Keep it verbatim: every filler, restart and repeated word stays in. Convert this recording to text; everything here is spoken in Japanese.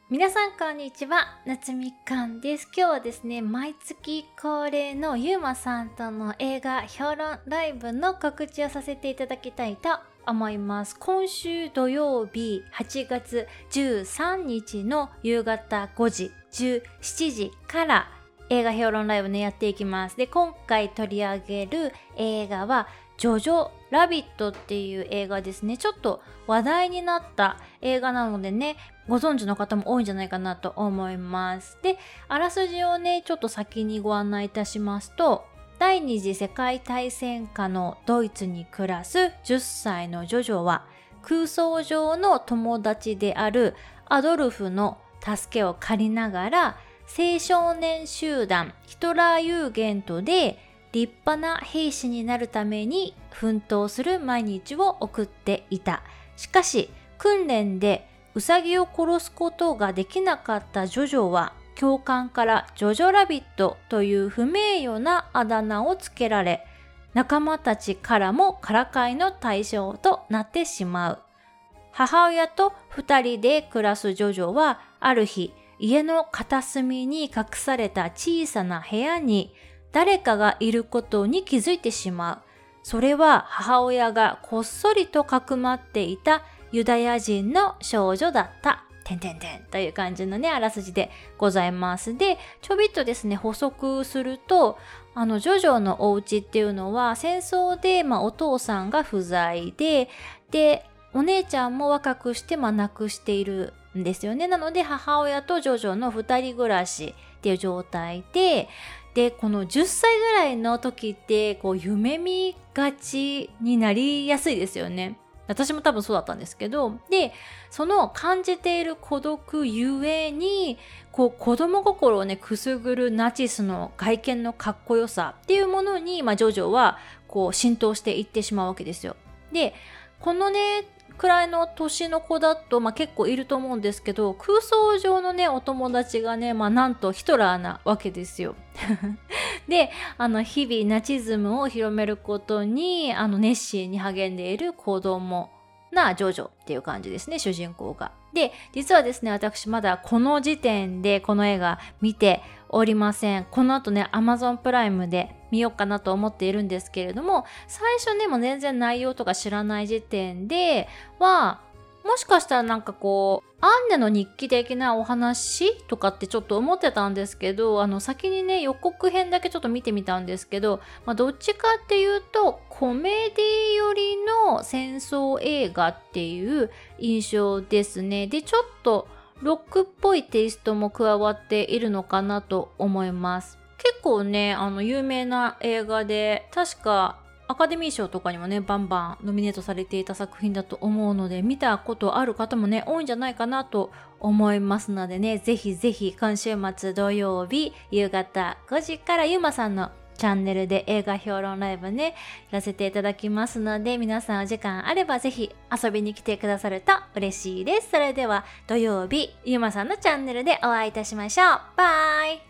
皆さんこんにちは、夏みかんです。今日はですね、毎月恒例のゆうまさんとの映画評論ライブの告知をさせていただきたいと思います。今週土曜日はちがつじゅうさんにちの夕方ごじ、じゅうしちじから映画評論ライブねやっていきます。で、今回取り上げる映画はジョジョラビットっていう映画ですね。ちょっと話題になった映画なのでね、ご存知の方も多いんじゃないかなと思います。で、あらすじをね、ちょっと先にご案内いたしますと、第二次世界大戦下のドイツに暮らすじゅっさいのジョジョは、空想上の友達であるアドルフの助けを借りながら、青少年集団ヒトラーユーゲントで立派な兵士になるために奮闘する毎日を送っていた。しかし、訓練でウサギを殺すことができなかったジョジョは、教官からジョジョラビットという不名誉なあだ名をつけられ、仲間たちからもからかいの対象となってしまう。母親と二人で暮らすジョジョは、ある日、家の片隅に隠された小さな部屋に誰かがいることに気づいてしまう。それは母親がこっそりとかくまっていたユダヤ人の少女だった。てんてんてんという感じのね、あらすじでございます。で、ちょびっとですね、補足すると、あの、ジョジョのお家っていうのは戦争で、まあ、お父さんが不在で、で、お姉ちゃんも若くして、まあ、亡くしているんですよね。なので、母親とジョジョの二人暮らしっていう状態で、で、このじゅっさいぐらいの時って、こう、夢見がちになりやすいですよね。私も多分そうだったんですけど、で、その感じている孤独ゆえに、こう子供心をね、くすぐるナチスの外見のかっこよさっていうものに、まあ、ジョジョはこう浸透していってしまうわけですよ。で、このね、くらいの年の子だと、まあ、結構いると思うんですけど、空想上のね、お友達がね、まあ、なんとヒトラーなわけですよ。で、あの、日々ナチズムを広めることに、あの、熱心に励んでいる子供なジョジョっていう感じですね、主人公が。で、実はですね、私まだこの時点でこの映画見ておりません。この後ね、Amazon プライムで見ようかなと思っているんですけれども、最初ね、もう全然内容とか知らない時点では、もしかしたらなんかこう、アンネの日記的なお話とかってちょっと思ってたんですけど、あの先にね予告編だけちょっと見てみたんですけど、まあ、どっちかっていうとコメディ寄りの戦争映画っていう印象ですね。で、ちょっとロックっぽいテイストも加わっているのかなと思います。結構ね、あの有名な映画で、確かアカデミー賞とかにもね、バンバンノミネートされていた作品だと思うので、見たことある方もね、多いんじゃないかなと思いますのでね、ぜひぜひ今週末土曜日夕方ごじからゆうまさんのチャンネルで映画評論ライブね、やらせていただきますので、皆さんお時間あればぜひ遊びに来てくださると嬉しいです。それでは土曜日、ゆうまさんのチャンネルでお会いいたしましょう。バイ